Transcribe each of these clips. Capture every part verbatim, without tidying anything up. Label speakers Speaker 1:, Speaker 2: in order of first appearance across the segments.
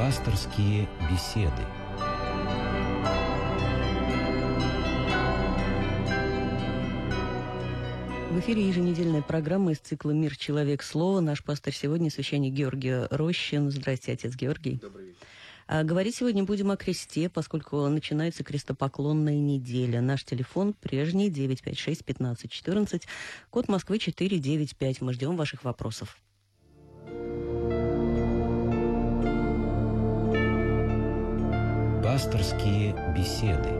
Speaker 1: Пасторские беседы.
Speaker 2: В эфире еженедельная программа из цикла «Мир, человек, слово». Наш пастор сегодня священник Георгий Рощин. Здрасте, отец Георгий.
Speaker 3: Добрый вечер.
Speaker 2: А говорить сегодня будем о кресте, поскольку начинается крестопоклонная неделя. Наш телефон прежний девять пять шесть пятнадцать четырнадцать, код Москвы четыре девять пять. Мы ждем ваших вопросов.
Speaker 1: Пасторские беседы.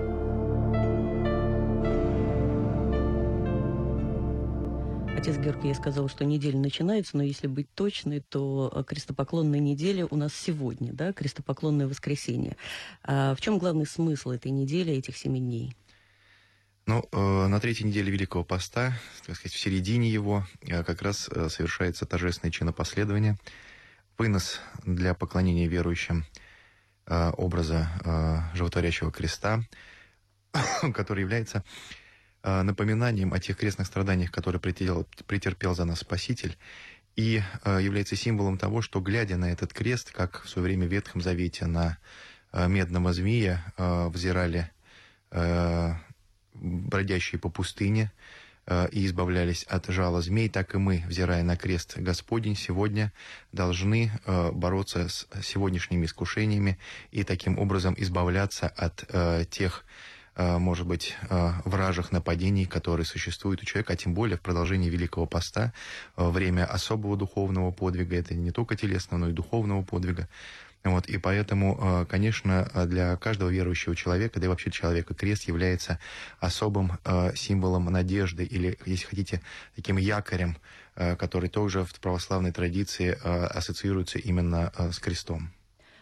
Speaker 2: Отец Георгий, я сказала, что неделя начинается, но если быть точной, то крестопоклонная неделя у нас сегодня, да, крестопоклонное воскресенье. А в чем главный смысл этой недели, этих семи дней?
Speaker 3: Ну, э, на третьей неделе Великого Поста, так сказать, в середине его, э, как раз э, совершается торжественное чинопоследование, вынос для поклонения верующим э, образа э, животворящего креста, который является напоминанием о тех крестных страданиях, которые претерпел, претерпел за нас Спаситель, и э, является символом того, что, глядя на этот крест, как в свое время в Ветхом Завете на э, медного змея э, взирали э, бродящие по пустыне э, и избавлялись от жала змей, так и мы, взирая на крест Господень, сегодня должны э, бороться с сегодняшними искушениями и таким образом избавляться от э, тех, может быть, вражьих нападений, которые существуют у человека, а тем более в продолжении Великого Поста, время особого духовного подвига, это не только телесного, но и духовного подвига. Вот, и поэтому, конечно, для каждого верующего человека, да и вообще человека, крест является особым символом надежды, или, если хотите, таким якорем, который тоже в православной традиции ассоциируется именно с крестом.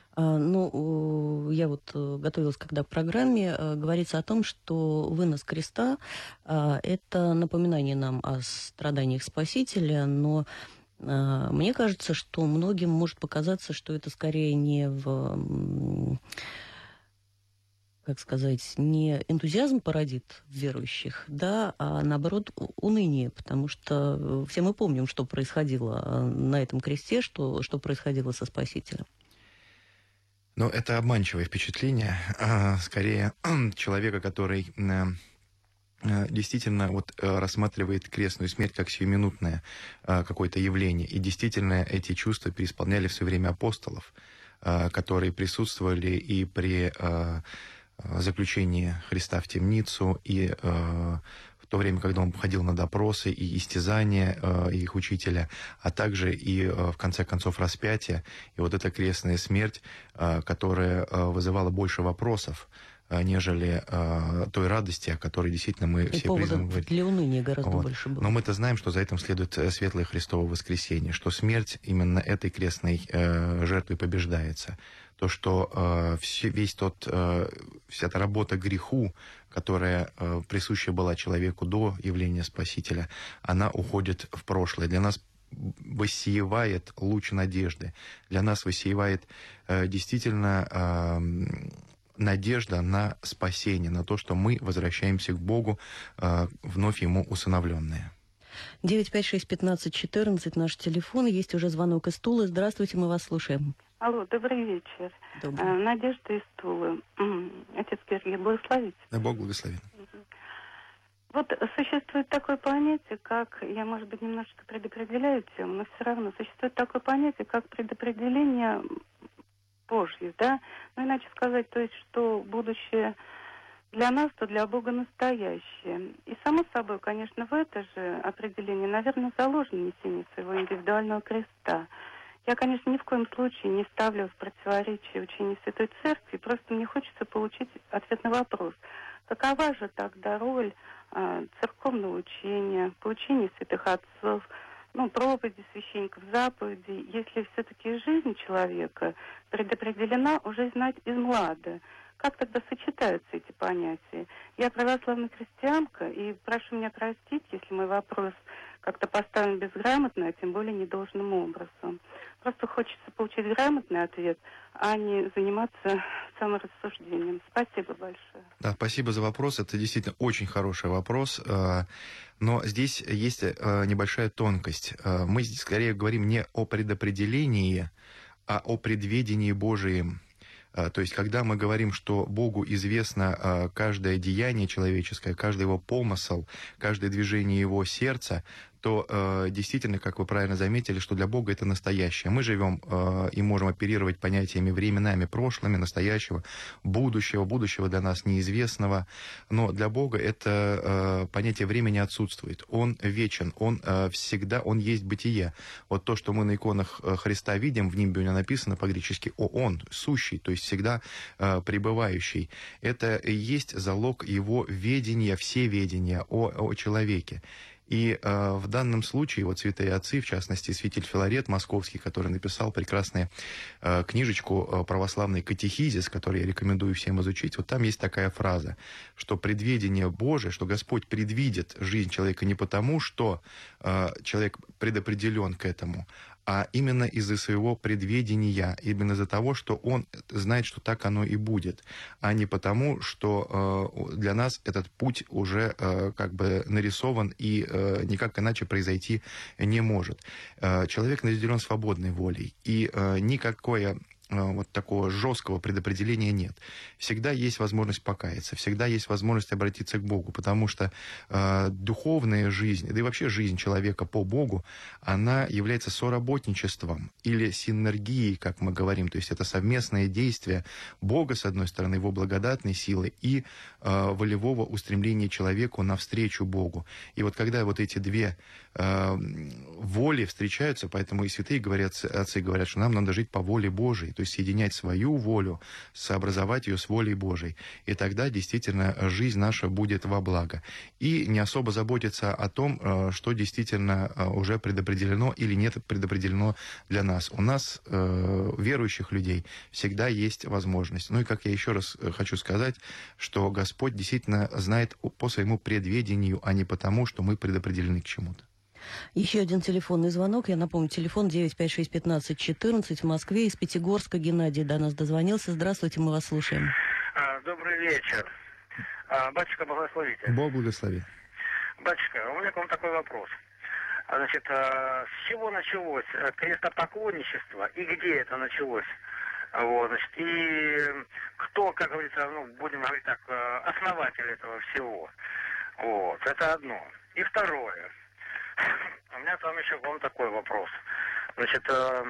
Speaker 2: Ну, я вот готовилась, когда к программе, говорится о том, что вынос креста – это напоминание нам о страданиях Спасителя, но мне кажется, что многим может показаться, что это скорее не в, как сказать, не энтузиазм породит в верующих, да, а наоборот уныние, потому что все мы помним, что происходило на этом кресте, что, что происходило со Спасителем.
Speaker 3: Но это обманчивое впечатление, скорее человека, который действительно вот рассматривает крестную смерть как сиюминутное какое-то явление. И действительно эти чувства переисполняли все время апостолов, которые присутствовали и при заключении Христа в темницу, и в то время, когда он ходил на допросы и истязания э, их учителя, а также и, э, в конце концов, распятие. И вот эта крестная смерть, э, которая э, вызывала больше вопросов, э, нежели э, той радости, о которой действительно мы и все призваны говорить.
Speaker 2: Для уныния гораздо
Speaker 3: вот.
Speaker 2: больше было.
Speaker 3: Но мы-то знаем, что за этим следует светлое Христово воскресение, что смерть именно этой крестной э, жертвой побеждается. То, что э, все, весь тот, э, вся эта работа греху, которая э, присуща была человеку до явления Спасителя, она уходит в прошлое. Для нас воссиевает луч надежды. Для нас воссиевает э, действительно э, надежда на спасение, на то, что мы возвращаемся к Богу, э, вновь Ему усыновленные.
Speaker 2: девять пять шесть пятнадцать четырнадцать наш телефон. Есть уже звонок из Тулы. Здравствуйте, мы вас слушаем.
Speaker 4: Алло, добрый вечер.
Speaker 2: Добрый.
Speaker 4: Надежда из Тулы. Отец Георгий, благословите.
Speaker 3: Да, Бог благословит.
Speaker 4: Вот существует такое понятие, как, я, может быть, немножечко предопределяю тему, но все равно существует такое понятие, как предопределение Божье, да? Ну, иначе сказать, то есть, что будущее для нас, то для Бога настоящее. И, само собой, конечно, в это же определение, наверное, заложено несение своего индивидуального креста. Я, конечно, ни в коем случае не ставлю в противоречие учению Святой Церкви, просто мне хочется получить ответ на вопрос. Какова же тогда роль э, церковного учения, поучения святых отцов, ну, проповеди священников, заповедей, если все-таки жизнь человека предопределена уже знать из млада? Как тогда сочетаются эти понятия? Я православная христианка, и прошу меня простить, если мой вопрос как-то поставлен безграмотно, а тем более недолжным образом. Просто хочется получить грамотный ответ, а не заниматься саморассуждением. Спасибо большое.
Speaker 3: Да, спасибо за вопрос. Это действительно очень хороший вопрос. Но здесь есть небольшая тонкость. Мы здесь скорее говорим не о предопределении, а о предведении Божием. То есть, когда мы говорим, что Богу известно каждое деяние человеческое, каждый его помысл, каждое движение его сердца, то э, действительно, как вы правильно заметили, что для Бога это настоящее. Мы живем э, и можем оперировать понятиями временами прошлыми, настоящего, будущего, будущего для нас неизвестного, но для Бога это э, понятие времени отсутствует. Он вечен, он э, всегда, он есть бытие. Вот то, что мы на иконах Христа видим, в нимбе у него написано по-гречески «О, он», сущий, то есть всегда э, пребывающий. Это и есть залог его ведения, всеведения о, о человеке. И э, в данном случае вот святые отцы, в частности, святитель Филарет Московский, который написал прекрасную э, книжечку э, «Православный катехизис», который я рекомендую всем изучить, вот там есть такая фраза, что предведение Божие, что Господь предвидит жизнь человека не потому, что э, человек предопределен к этому, а именно из-за своего предведения, именно из-за того, что он знает, что так оно и будет, а не потому, что э, для нас этот путь уже э, как бы нарисован и э, никак иначе произойти не может. Э, человек наделен свободной волей, и э, никакое вот такого жесткого предопределения нет. Всегда есть возможность покаяться, всегда есть возможность обратиться к Богу, потому что э, духовная жизнь, да и вообще жизнь человека по Богу, она является соработничеством или синергией, как мы говорим, то есть это совместное действие Бога, с одной стороны, его благодатной силы и э, волевого устремления человеку навстречу Богу. И вот когда вот эти две э, воли встречаются, поэтому и святые говорят, отцы говорят, что нам надо жить по воле Божией, то есть соединять свою волю, сообразовать ее с волей Божией. И тогда действительно жизнь наша будет во благо. И не особо заботиться о том, что действительно уже предопределено или нет предопределено для нас. У нас, верующих людей, всегда есть возможность. Ну и как я еще раз хочу сказать, что Господь действительно знает по своему предведению, а не потому, что мы предопределены к чему-то.
Speaker 2: Еще один телефонный звонок. Я напомню, телефон девять пять шесть пятнадцать четырнадцать в Москве. Из Пятигорска Геннадий до нас дозвонился. Здравствуйте, мы вас слушаем.
Speaker 5: Добрый вечер. Батюшка, благословите.
Speaker 3: Бог благослови.
Speaker 5: Батюшка, у меня к вам такой вопрос. Значит, с чего началось крестопоклонничество и где это началось? Вот, значит, и кто, как говорится, ну, будем говорить так, основатель этого всего? Вот, это одно. И второе. У меня там еще к вам такой вопрос. Значит, э,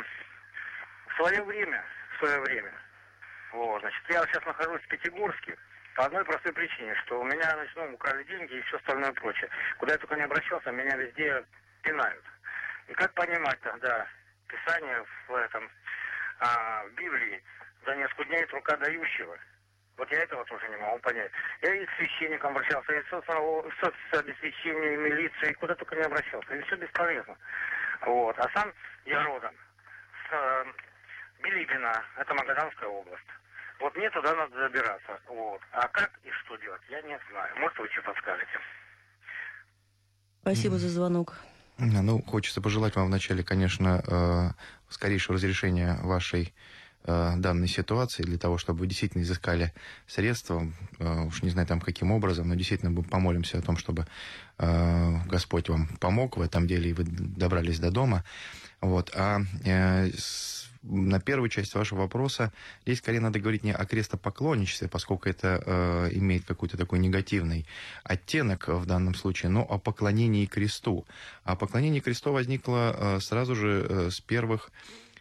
Speaker 5: в свое время, в свое время, вот, значит, я сейчас нахожусь в Пятигорске по одной простой причине, что у меня, значит, ну, украли деньги и все остальное прочее. Куда я только не обращался, меня везде пинают. И как понимать тогда Писание в этом, а, в Библии, за несколько дней рука дающего? Вот я этого тоже не могу понять. Я и с священником обращался, и в соцобеспечение, и милиции, и куда только не обращался. И все бесполезно. Вот. А сам я родом с э, Билибина, это Магаданская область. Вот мне туда надо забираться. Вот. А как и что делать, я не знаю. Может, вы что подскажете?
Speaker 2: Спасибо mm. за звонок.
Speaker 3: Ну, хочется пожелать вам вначале, конечно, э, скорейшего разрешения вашей данной ситуации, для того, чтобы вы действительно изыскали средства, уж не знаю там каким образом, но действительно мы помолимся о том, чтобы Господь вам помог в этом деле, и вы добрались до дома. Вот. А на первую часть вашего вопроса здесь скорее надо говорить не о крестопоклонничестве, поскольку это э, имеет какой-то такой негативный оттенок в данном случае, но о поклонении кресту. А поклонение кресту возникло э, сразу же э, с первых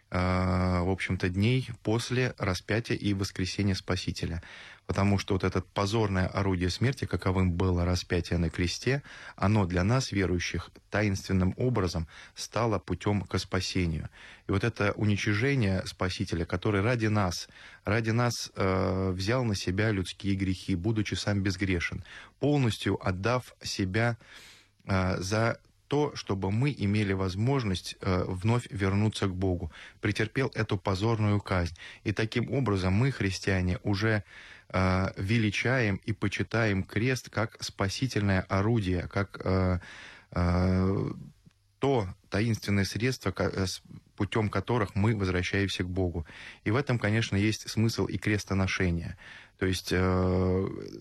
Speaker 3: в общем-то, дней после распятия и воскресения Спасителя. Потому что вот это позорное орудие смерти, каковым было распятие на кресте, оно для нас, верующих, таинственным образом стало путем к спасению. И вот это уничижение Спасителя, который ради нас, ради нас э, взял на себя людские грехи, будучи сам безгрешен, полностью отдав себя э, за то, чтобы мы имели возможность э, вновь вернуться к Богу, претерпел эту позорную казнь. И таким образом мы, христиане, уже э, величаем и почитаем крест как спасительное орудие, как э, э, то таинственное средство, путем которых мы возвращаемся к Богу. И в этом, конечно, есть смысл и крестоношения. То есть э,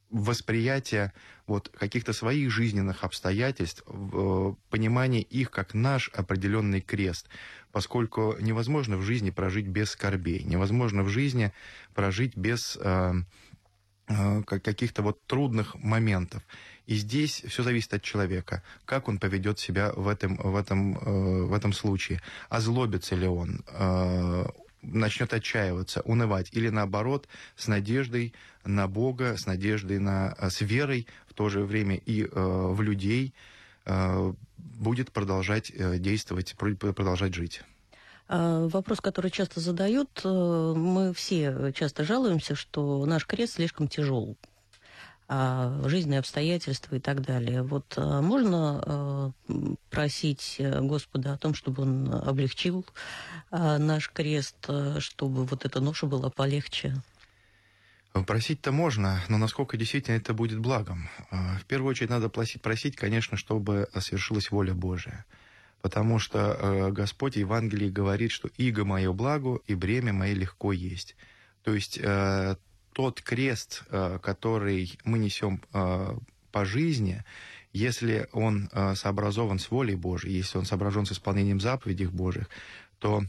Speaker 3: восприятие вот каких-то своих жизненных обстоятельств, понимание их как наш определенный крест, поскольку невозможно в жизни прожить без скорбей, невозможно в жизни прожить без э, э, каких-то вот трудных моментов. И здесь все зависит от человека, как он поведет себя в этом, в этом, э, в этом случае, озлобится ли он, э, начнет отчаиваться, унывать, или наоборот, с надеждой на Бога, с надеждой на, с верой в то же время и э, в людей э, будет продолжать э, действовать, продолжать жить.
Speaker 2: Вопрос, который часто задают, мы все часто жалуемся, что наш крест слишком тяжел, жизненные обстоятельства и так далее. Вот можно просить Господа о том, чтобы Он облегчил наш крест, чтобы вот эта ноша была полегче?
Speaker 3: Просить-то можно, но насколько действительно это будет благом? В первую очередь надо просить, просить, конечно, чтобы свершилась воля Божия. Потому что Господь в Евангелии говорит, что «иго мое благо, и бремя мое легко есть». То есть тот крест, который мы несем по жизни, если он сообразован с волей Божией, если он соображен с исполнением заповедей Божьих, то,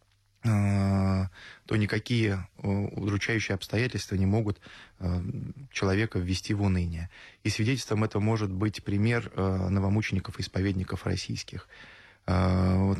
Speaker 3: то никакие удручающие обстоятельства не могут человека ввести в уныние. И свидетельством этого может быть пример новомучеников и исповедников российских. Вот,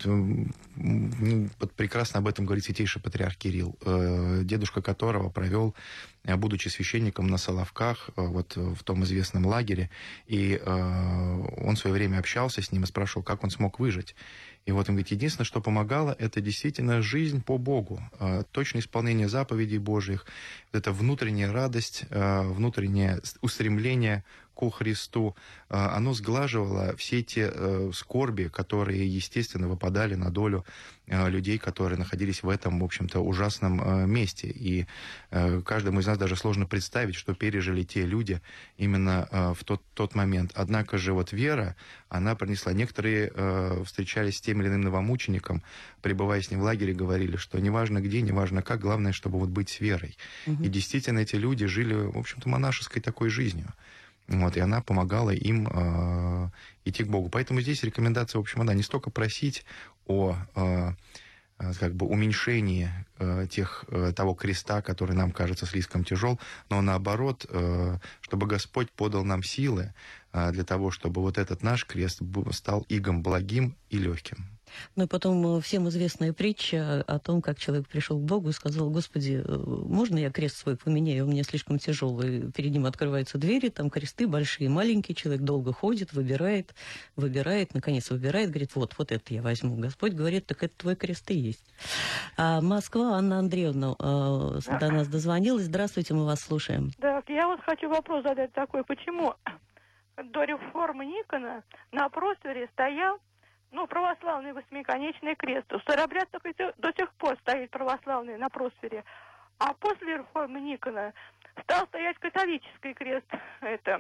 Speaker 3: прекрасно об этом говорит святейший патриарх Кирилл, дедушка которого провел, будучи священником на Соловках, вот в том известном лагере, и он в свое время общался с ним и спрашивал, как он смог выжить. И вот он говорит, единственное, что помогало, это действительно жизнь по Богу, точное исполнение заповедей Божьих, это внутренняя радость, внутреннее устремление ко Христу, оно сглаживало все те скорби, которые, естественно, выпадали на долю людей, которые находились в этом, в общем-то, ужасном месте. И каждому из нас даже сложно представить, что пережили те люди именно в тот, тот момент. Однако же вот вера, она принесла. Некоторые встречались с тем или иным новомучеником, пребывая с ним в лагере, говорили, что неважно где, неважно как, главное, чтобы вот быть с верой. Угу. И действительно эти люди жили, в общем-то, монашеской такой жизнью. Вот, и она помогала им э, идти к Богу. Поэтому здесь рекомендация, в общем, она не столько просить о э, как бы уменьшении э, тех, э, того креста, который нам кажется слишком тяжел, но наоборот, э, чтобы Господь подал нам силы э, для того, чтобы вот этот наш крест стал игом благим и легким.
Speaker 2: Ну и потом всем известная притча о том, как человек пришел к Богу и сказал, Господи, можно я крест свой поменяю, у меня слишком тяжелый. Перед ним открываются двери, там кресты большие, маленькие, человек долго ходит, выбирает, выбирает, наконец выбирает, говорит, вот, вот это я возьму. Господь говорит, так это твой крест и есть. А Москва, Анна Андреевна э, да. до нас дозвонилась. Здравствуйте, мы вас слушаем.
Speaker 6: Так, я вот хочу вопрос задать такой, почему до реформы Никона на просвере стоял Ну, православный восьмиконечный крест. У старообрядцев до сих пор стоит православный на просвере. А после реформы Никона стал стоять католический крест, это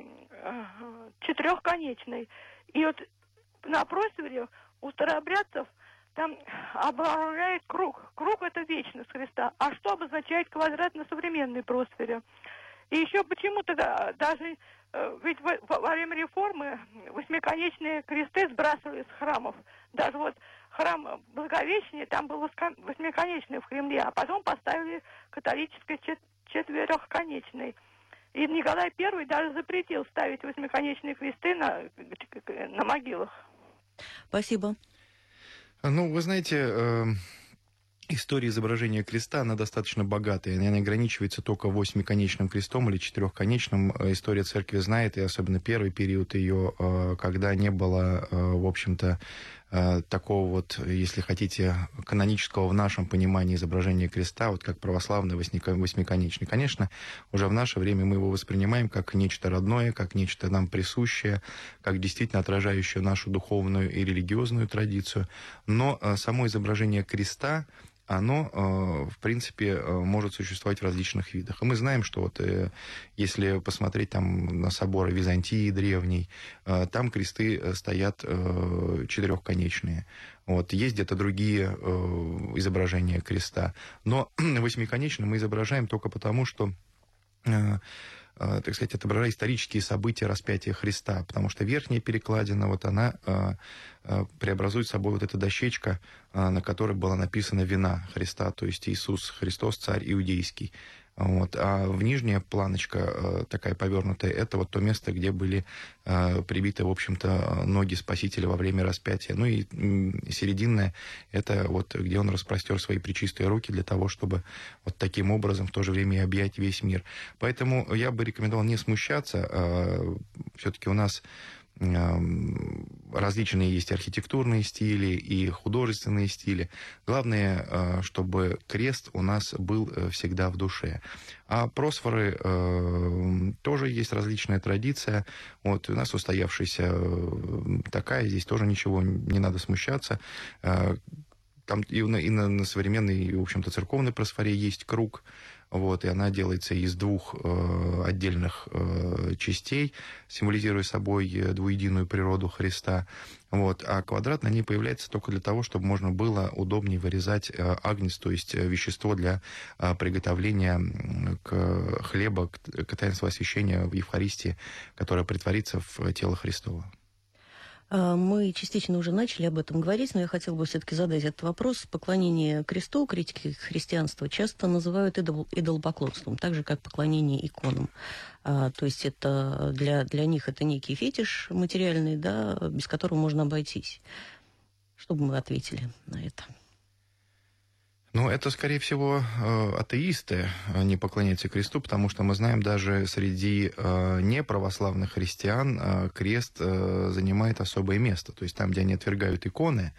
Speaker 6: четырехконечный. И вот на просвере у старообрядцев там обозначает круг. Круг — это вечность Христа. А что обозначает квадрат на современной просвере? И еще почему-то даже... Ведь во время реформы восьмиконечные кресты сбрасывали с храмов. Даже вот храм Благовещения, там был восьмиконечный в Кремле, а потом поставили католический четырехконечный. И Николай Первый даже запретил ставить восьмиконечные кресты на, на могилах.
Speaker 2: Спасибо.
Speaker 3: Ну, вы знаете... Э... История изображения креста, она достаточно богатая. Она не ограничивается только восьмиконечным крестом или четырехконечным. История церкви знает, и особенно первый период ее, когда не было, в общем-то, такого вот, если хотите, канонического в нашем понимании изображения креста, вот как православный восьмиконечный. Конечно, уже в наше время мы его воспринимаем как нечто родное, как нечто нам присущее, как действительно отражающее нашу духовную и религиозную традицию. Но само изображение креста, оно, в принципе, может существовать в различных видах. И мы знаем, что вот если посмотреть там на соборы Византии древней, там кресты стоят четырехконечные. Вот. Есть где-то другие изображения креста. Но восьмиконечным мы изображаем только потому, что так сказать, отображая исторические события распятия Христа, потому что верхняя перекладина, вот она преобразует собой вот эта дощечка, на которой была написана вина Христа, то есть Иисус Христос, царь иудейский. Вот. А в нижняя планочка, такая повернутая, это вот то место, где были прибиты, в общем-то, ноги Спасителя во время распятия. Ну и серединная, это вот где он распростер свои пречистые руки для того, чтобы вот таким образом в то же время и объять весь мир. Поэтому я бы рекомендовал не смущаться. Все-таки у нас различные есть архитектурные стили и художественные стили. Главное, чтобы крест у нас был всегда в душе. А просфоры тоже есть различная традиция. Вот у нас устоявшаяся такая, здесь тоже ничего не надо смущаться. Там и на, и на, на современной, в общем-то, церковной просфоре есть круг, вот, и она делается из двух э, отдельных э, частей, символизируя собой двуединую природу Христа. Вот, а квадрат на ней появляется только для того, чтобы можно было удобнее вырезать э, агнец, то есть вещество для э, приготовления к хлеба, к, к таинству освящения в Евхаристии, которое претворится в тело Христово.
Speaker 2: Мы частично уже начали об этом говорить, но я хотела бы все-таки задать этот вопрос. Поклонение кресту, критики христианства часто называют идол, идолопоклонством, так же, как поклонение иконам. А, то есть это для, для них это некий фетиш материальный, да, без которого можно обойтись. Что бы мы ответили на это?
Speaker 3: Ну, это, скорее всего, атеисты не поклоняются кресту, потому что мы знаем, даже среди неправославных христиан крест занимает особое место. То есть там, где они отвергают иконы,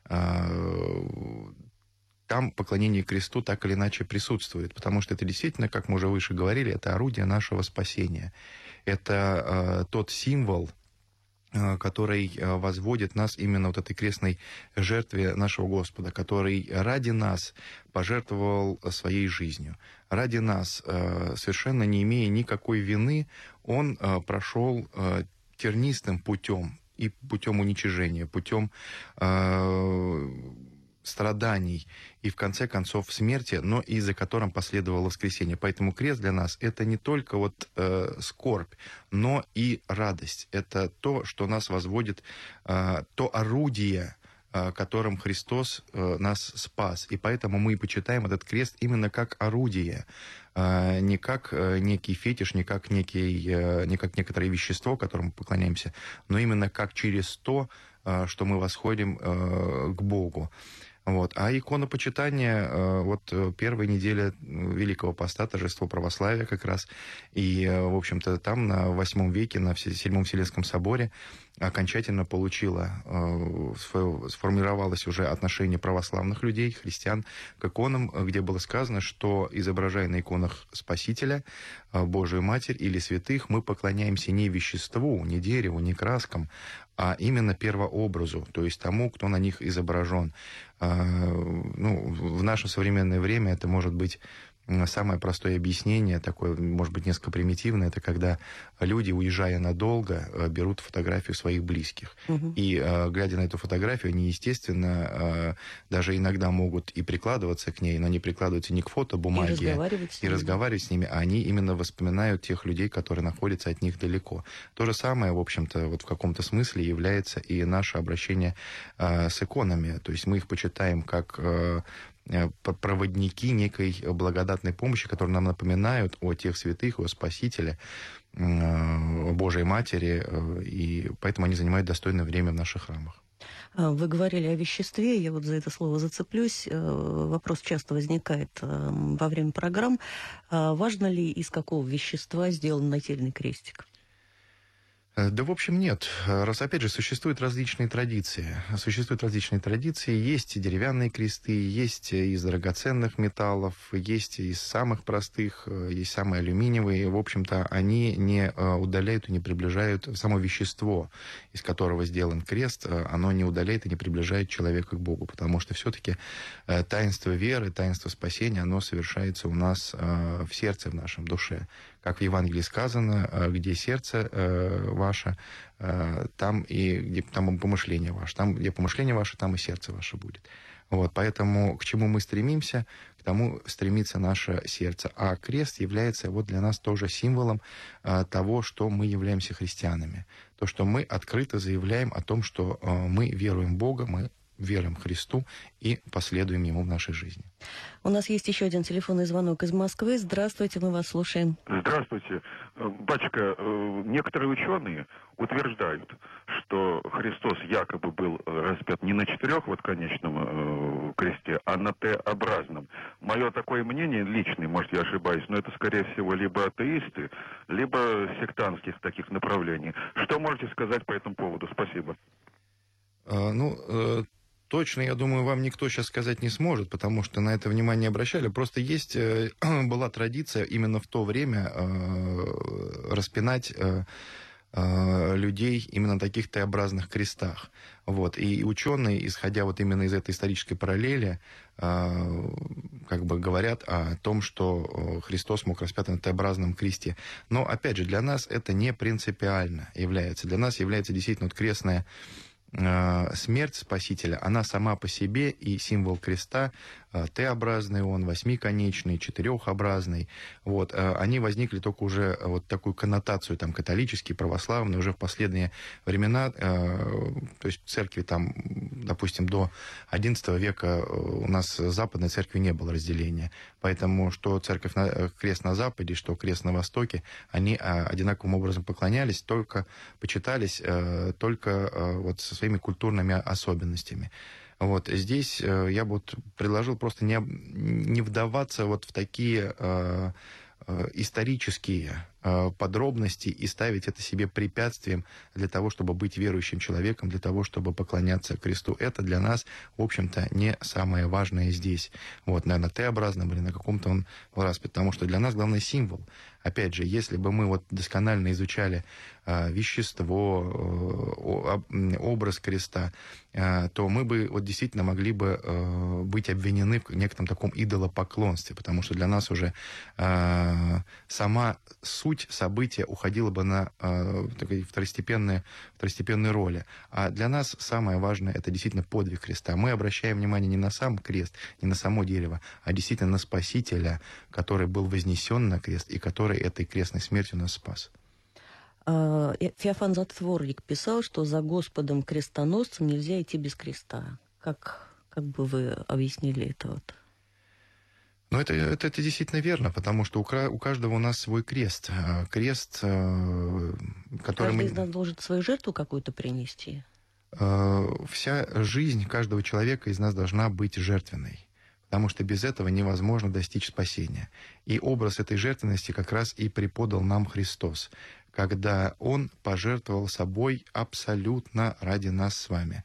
Speaker 3: там поклонение кресту так или иначе присутствует, потому что это действительно, как мы уже выше говорили, это орудие нашего спасения. Это тот символ, который возводит нас именно вот этой крестной жертве нашего Господа, который ради нас пожертвовал своей жизнью. Ради нас, совершенно не имея никакой вины, он прошел тернистым путем и путем уничижения, путем страданий и, в конце концов, смерти, но и за которым последовало воскресение. Поэтому крест для нас — это не только вот э, скорбь, но и радость. Это то, что нас возводит, э, то орудие, э, которым Христос э, нас спас. И поэтому мы и почитаем этот крест именно как орудие, э, не как э, некий фетиш, не как, некий, э, не как некоторое вещество, которому мы поклоняемся, но именно как через то, э, что мы восходим э, к Богу. Вот. А иконопочитание, вот первая неделя Великого Поста, торжество православия как раз, и, в общем-то, там на восьмом веке, на Седьмом Вселенском соборе окончательно получило, сформировалось уже отношение православных людей, христиан, к иконам, где было сказано, что, изображая на иконах Спасителя, Божию Матерь или святых, мы поклоняемся не веществу, не дереву, не краскам, а именно первообразу, то есть тому, кто на них изображен. Ну, в наше современное время это может быть самое простое объяснение, такое, может быть, несколько примитивное, это когда люди, уезжая надолго, берут фотографию своих близких. Угу. И, глядя на эту фотографию, они, естественно, даже иногда могут и прикладываться к ней, но не прикладываются не к фотобумаге, и разговаривать с ними, и разговаривать с ними, а они именно воспоминают тех людей, которые находятся от них далеко. То же самое, в общем-то, вот в каком-то смысле является и наше обращение с иконами. То есть мы их почитаем как проводники некой благодатной помощи, которые нам напоминают о тех святых, о Спасителе, о Божьей Матери, и поэтому они занимают достойное время в наших храмах.
Speaker 2: Вы говорили о веществе, я вот за это слово зацеплюсь. Вопрос часто возникает во время программ. Важно ли, из какого вещества сделан нательный крестик?
Speaker 3: Да, в общем, нет. Раз, опять же, существуют различные традиции. Существуют различные традиции. Есть деревянные кресты, есть из драгоценных металлов, есть из самых простых, есть самые алюминиевые. В общем-то, они не удаляют и не приближают само вещество, из которого сделан крест, оно не удаляет и не приближает человека к Богу, потому что все-таки таинство веры, таинство спасения, оно совершается у нас в сердце, в нашем душе. Как в Евангелии сказано, где сердце ваше, там и где там помышление ваше. Там, где помышление ваше, там и сердце ваше будет. Вот, поэтому к чему мы стремимся, к тому стремится наше сердце. А крест является вот для нас тоже символом а, того, что мы являемся христианами. То, что мы открыто заявляем о том, что а, мы веруем в Бога, мы веруем Христу и последуем Ему в нашей жизни.
Speaker 2: У нас есть еще один телефонный звонок из Москвы. Здравствуйте, мы вас слушаем.
Speaker 7: Здравствуйте. Батюшка, некоторые ученые утверждают, что Христос якобы был распят не на четырех вот конечном кресте, а на Т-образном. Мое такое мнение личное, может, я ошибаюсь, но это, скорее всего, либо атеисты, либо сектантских таких направлений. Что можете сказать по этому поводу? Спасибо.
Speaker 3: А, ну, точно, я думаю, вам никто сейчас сказать не сможет, потому что на это внимание обращали. Просто есть, была традиция именно в то время распинать людей именно на таких Т-образных крестах. Вот. И ученые, исходя вот именно из этой исторической параллели, как бы говорят о том, что Христос мог распять на Т-образном кресте. Но, опять же, для нас это не принципиально является. Для нас является действительно вот крестная смерть Спасителя, она сама по себе и символ креста, Т-образный он, восьмиконечный, четырехобразный, вот, они возникли только уже вот такую коннотацию там католические, православные, уже в последние времена, то есть в церкви там, допустим, до одиннадцатого века у нас в западной церкви не было разделения, поэтому что церковь, на, крест на западе, что крест на востоке, они одинаковым образом поклонялись, только почитались только вот со своими культурными особенностями. Вот здесь я бы вот предложил просто не, не вдаваться вот в такие э, э, исторические э, подробности и ставить это себе препятствием для того, чтобы быть верующим человеком, для того, чтобы поклоняться кресту. Это для нас, в общем-то, не самое важное здесь. Вот, наверное, Т-образном или на каком-то он распят, потому что для нас главный символ. Опять же, если бы мы вот досконально изучали э, вещество, э, образ креста, э, то мы бы вот действительно могли бы э, быть обвинены в некотором таком идолопоклонстве, потому что для нас уже э, сама суть события уходила бы на э, такие второстепенные, второстепенные роли. А для нас самое важное — это действительно подвиг креста. Мы обращаем внимание не на сам крест, не на само дерево, а действительно на Спасителя, который был вознесен на крест и который этой крестной смертью нас спас.
Speaker 2: Феофан Затворник писал, что за Господом крестоносцем нельзя идти без креста. Как, как бы вы объяснили это вот?
Speaker 3: Ну, это, это, это действительно верно, потому что у, у каждого у нас свой крест. Крест, который...
Speaker 2: Каждый
Speaker 3: мы...
Speaker 2: из нас должен свою жертву какую-то принести?
Speaker 3: Вся жизнь каждого человека из нас должна быть жертвенной, потому что без этого невозможно достичь спасения. И образ этой жертвенности как раз и преподал нам Христос, когда Он пожертвовал собой абсолютно ради нас с вами.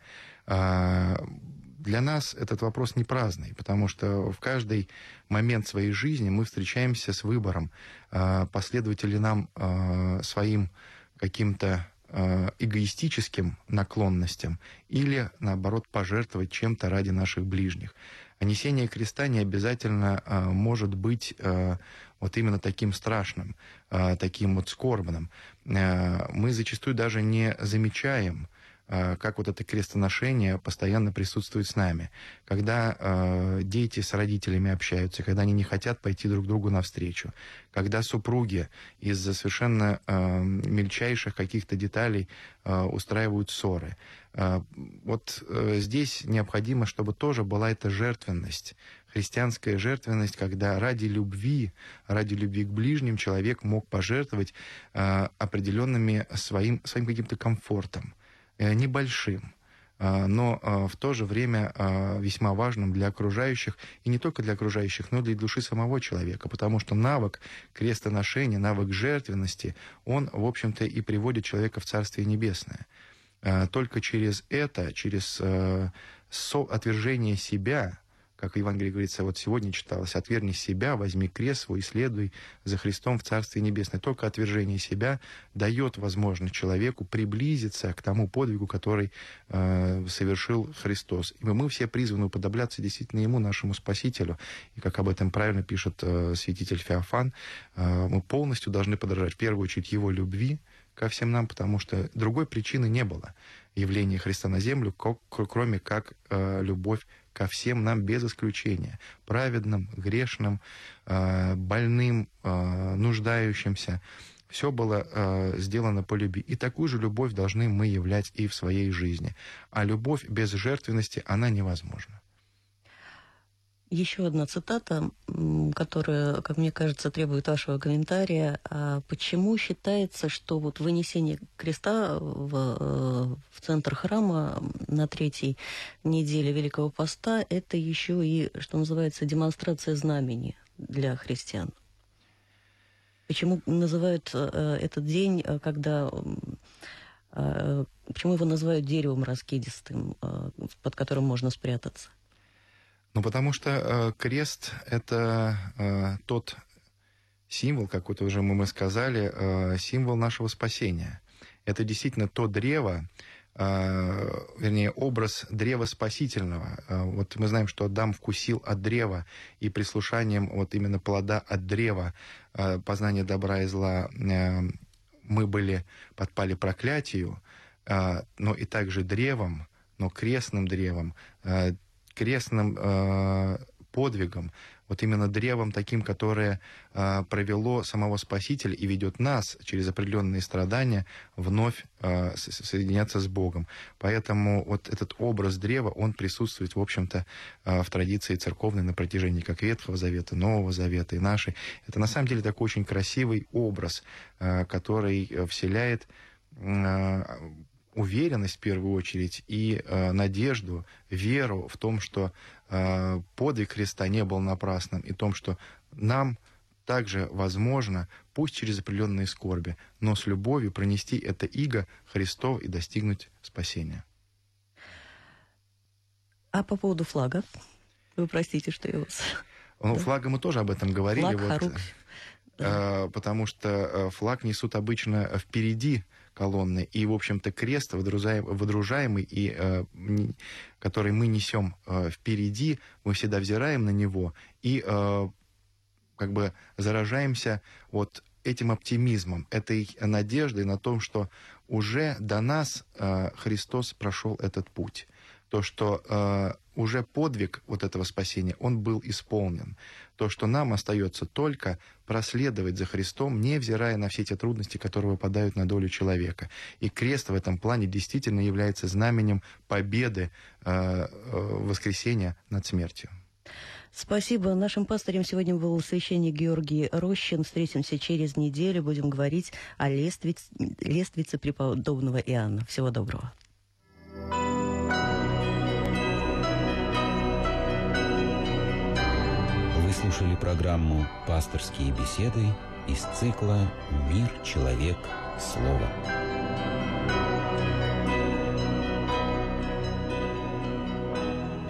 Speaker 3: Для нас этот вопрос не праздный, потому что в каждый момент своей жизни мы встречаемся с выбором, последовать ли нам своим каким-то эгоистическим наклонностям или, наоборот, пожертвовать чем-то ради наших ближних. А несение креста не обязательно а, может быть а, вот именно таким страшным, а, таким вот скорбным. А, мы зачастую даже не замечаем, а, как вот это крестоношение постоянно присутствует с нами. Когда а, дети с родителями общаются, когда они не хотят пойти друг другу навстречу, когда супруги из-за совершенно а, мельчайших каких-то деталей а, устраивают ссоры. Вот здесь необходимо, чтобы тоже была эта жертвенность, христианская жертвенность, когда ради любви, ради любви к ближним человек мог пожертвовать определенными своим, своим каким-то комфортом, небольшим, но в то же время весьма важным для окружающих, и не только для окружающих, но и для души самого человека, потому что навык крестоношения, навык жертвенности, он, в общем-то, и приводит человека в Царствие Небесное. Только через это, через э, отвержение себя, как в Евангелии говорится, вот сегодня читалось, «Отвергни себя, возьми крест свой и следуй за Христом в Царствие Небесное». Только отвержение себя дает возможность человеку приблизиться к тому подвигу, который э, совершил Христос. И мы все призваны уподобляться действительно Ему, нашему Спасителю. И как об этом правильно пишет э, святитель Феофан, э, мы полностью должны подражать в первую очередь Его любви, ко всем нам, потому что другой причины не было явления Христа на землю, кроме как э, любовь ко всем нам без исключения. Праведным, грешным, э, больным, э, нуждающимся. Все было э, сделано по любви. И такую же любовь должны мы являть и в своей жизни. А любовь без жертвенности, она невозможна.
Speaker 2: Еще одна цитата, которая, как мне кажется, требует вашего комментария. Почему считается, что вот вынесение креста в, в центр храма на третьей неделе Великого Поста — это еще и, что называется, демонстрация знамени для христиан? Почему называют этот день, когда... Почему его называют деревом раскидистым, под которым можно спрятаться?
Speaker 3: Ну, потому что э, крест — это э, тот символ, как вот уже мы, мы сказали, э, символ нашего спасения. Это действительно то древо, э, вернее, образ древа спасительного. Э, вот мы знаем, что Адам вкусил от древа, и прислушанием вот именно плода от древа, э, познания добра и зла, э, мы были, подпали проклятию, э, но и также древом, но крестным древом, э, крестным э, подвигом, вот именно древом таким, которое э, провело самого Спасителя и ведет нас через определенные страдания вновь э, соединяться с Богом. Поэтому вот этот образ древа, он присутствует, в общем-то, э, в традиции церковной на протяжении как Ветхого Завета, Нового Завета и нашей. Это на самом деле такой очень красивый образ, э, который вселяет э, уверенность в первую очередь и э, надежду, веру в том, что э, подвиг Христа не был напрасным, и в том, что нам также возможно, пусть через определенные скорби, но с любовью пронести это иго Христов и достигнуть спасения.
Speaker 2: А по поводу флага? Вы простите, что я вас...
Speaker 3: Ну,
Speaker 2: да.
Speaker 3: флага мы тоже об этом говорили.
Speaker 2: Флаг,
Speaker 3: вот,
Speaker 2: хоругвь.
Speaker 3: Да. Потому что флаг несут обычно впереди колонны, и, в общем-то, крест, водружаемый, и, э, который мы несем э, впереди, мы всегда взираем на него и э, как бы заражаемся вот этим оптимизмом, этой надеждой на том, что уже до нас э, Христос прошел этот путь. То, что э, уже подвиг вот этого спасения, он был исполнен. То, что нам остается только проследовать за Христом, невзирая на все те трудности, которые выпадают на долю человека. И крест в этом плане действительно является знаменем победы э, э, воскресения над смертью.
Speaker 2: Спасибо. Нашим пастырем сегодня был священник Георгий Рощин. Встретимся через неделю. Будем говорить о лествице, лествице преподобного Иоанна. Всего доброго.
Speaker 1: Вы слушали программу «Пасторские беседы» из цикла «Мир, человек, слово».